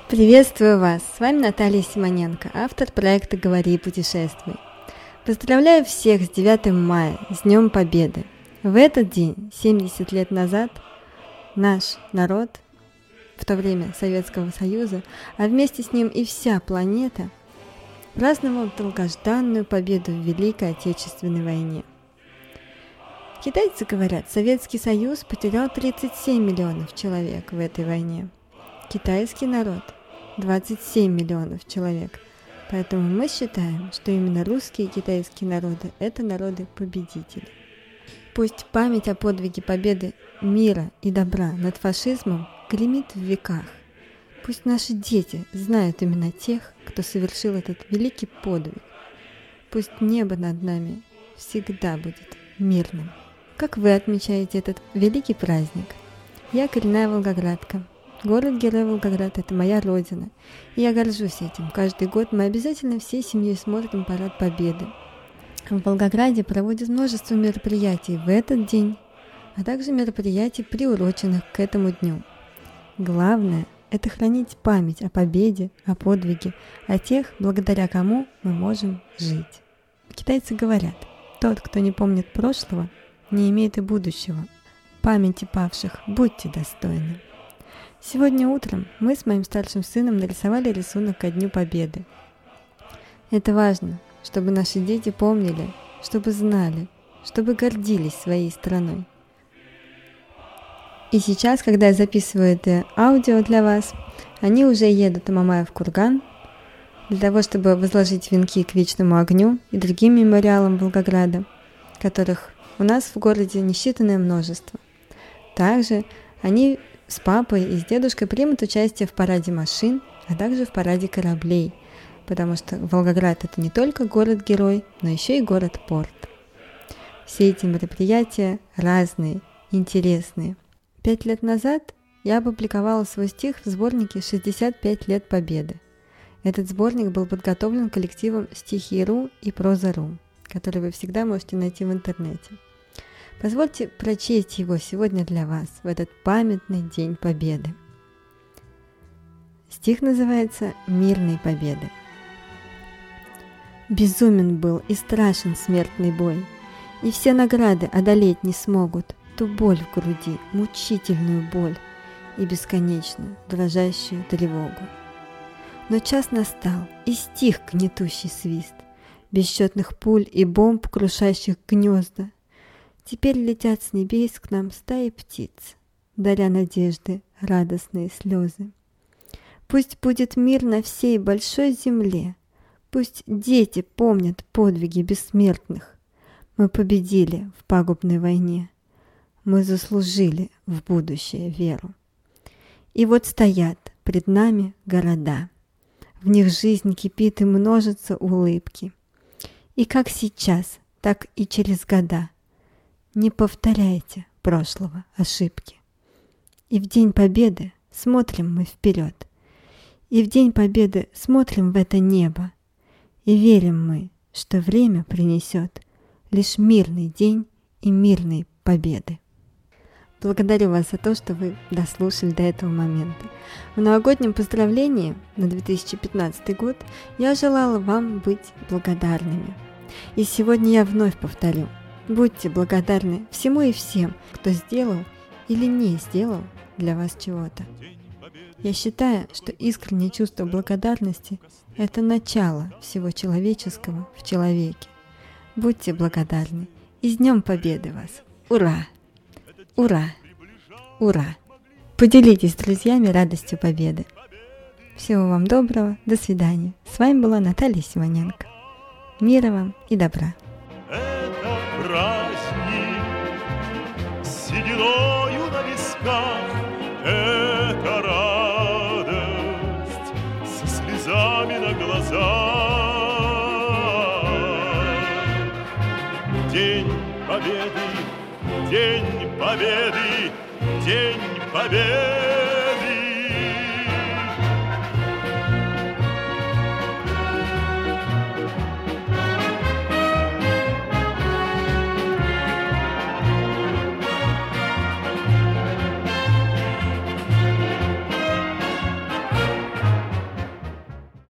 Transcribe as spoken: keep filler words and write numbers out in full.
Приветствую вас! С вами Наталья Симоненко, автор проекта «Говори и путешествуй». Поздравляю всех с девятым мая, с Днем Победы! В этот день, семьдесят лет назад, наш народ, в то время Советского Союза, а вместе с ним и вся планета, праздновал долгожданную победу в Великой Отечественной войне. Китайцы говорят, Советский Союз потерял тридцать семь миллионов человек в этой войне. Китайский народ – двадцать семь миллионов человек. Поэтому мы считаем, что именно русские и китайские народы – это народы-победители. Пусть память о подвиге победы мира и добра над фашизмом гремит в веках. Пусть наши дети знают именно тех, кто совершил этот великий подвиг. Пусть небо над нами всегда будет мирным. Как вы отмечаете этот великий праздник? Я коренная волгоградка. Город-герой Волгоград – это моя родина, и я горжусь этим. Каждый год мы обязательно всей семьей смотрим Парад Победы. В Волгограде проводят множество мероприятий в этот день, а также мероприятий, приуроченных к этому дню. Главное – это хранить память о победе, о подвиге, о тех, благодаря кому мы можем жить. Китайцы говорят, тот, кто не помнит прошлого, не имеет и будущего. Памяти павших будьте достойны. Сегодня утром мы с моим старшим сыном нарисовали рисунок ко Дню Победы. Это важно, чтобы наши дети помнили, чтобы знали, чтобы гордились своей страной. И сейчас, когда я записываю это аудио для вас, они уже едут на Мамаев курган для того, чтобы возложить венки к Вечному огню и другим мемориалам Волгограда, которых у нас в городе несчитанное множество. Также они с папой и с дедушкой примут участие в параде машин, а также в параде кораблей, потому что Волгоград – это не только город-герой, но еще и город-порт. Все эти мероприятия разные, интересные. Пять лет назад я опубликовала свой стих в сборнике «шестьдесят пять лет Победы». Этот сборник был подготовлен коллективом «Стихи.ру» и «Проза.ру», который вы всегда можете найти в интернете. Позвольте прочесть его сегодня для вас, в этот памятный День Победы. Стих называется «Мирной Победы». Безумен был и страшен смертный бой, и все награды одолеть не смогут ту боль в груди, мучительную боль и бесконечную дрожащую тревогу. Но час настал, и стих гнетущий свист бесчетных пуль и бомб, крушащих гнезда. Теперь летят с небес к нам стаи птиц, даря надежды радостные слезы. Пусть будет мир на всей большой земле, пусть дети помнят подвиги бессмертных. Мы победили в пагубной войне, мы заслужили в будущее веру. И вот стоят пред нами города, в них жизнь кипит и множатся улыбки. И как сейчас, так и через года не повторяйте прошлого ошибки. И в День Победы смотрим мы вперед, и в День Победы смотрим в это небо, и верим мы, что время принесет лишь мирный день и мирные победы. Благодарю вас за то, что вы дослушали до этого момента. В новогоднем поздравлении на две тысячи пятнадцатый год я желала вам быть благодарными. И сегодня я вновь повторю: будьте благодарны всему и всем, кто сделал или не сделал для вас чего-то. Я считаю, что искреннее чувство благодарности – это начало всего человеческого в человеке. Будьте благодарны. И с Днем Победы вас! Ура! Ура! Ура! Поделитесь с друзьями радостью победы. Всего вам доброго, до свидания. С вами была Наталья Симоненко. Мира вам и добра. Это праздник с сединою на висках, это радость со слезами на глазах. День Победы, День Победы, День Победы.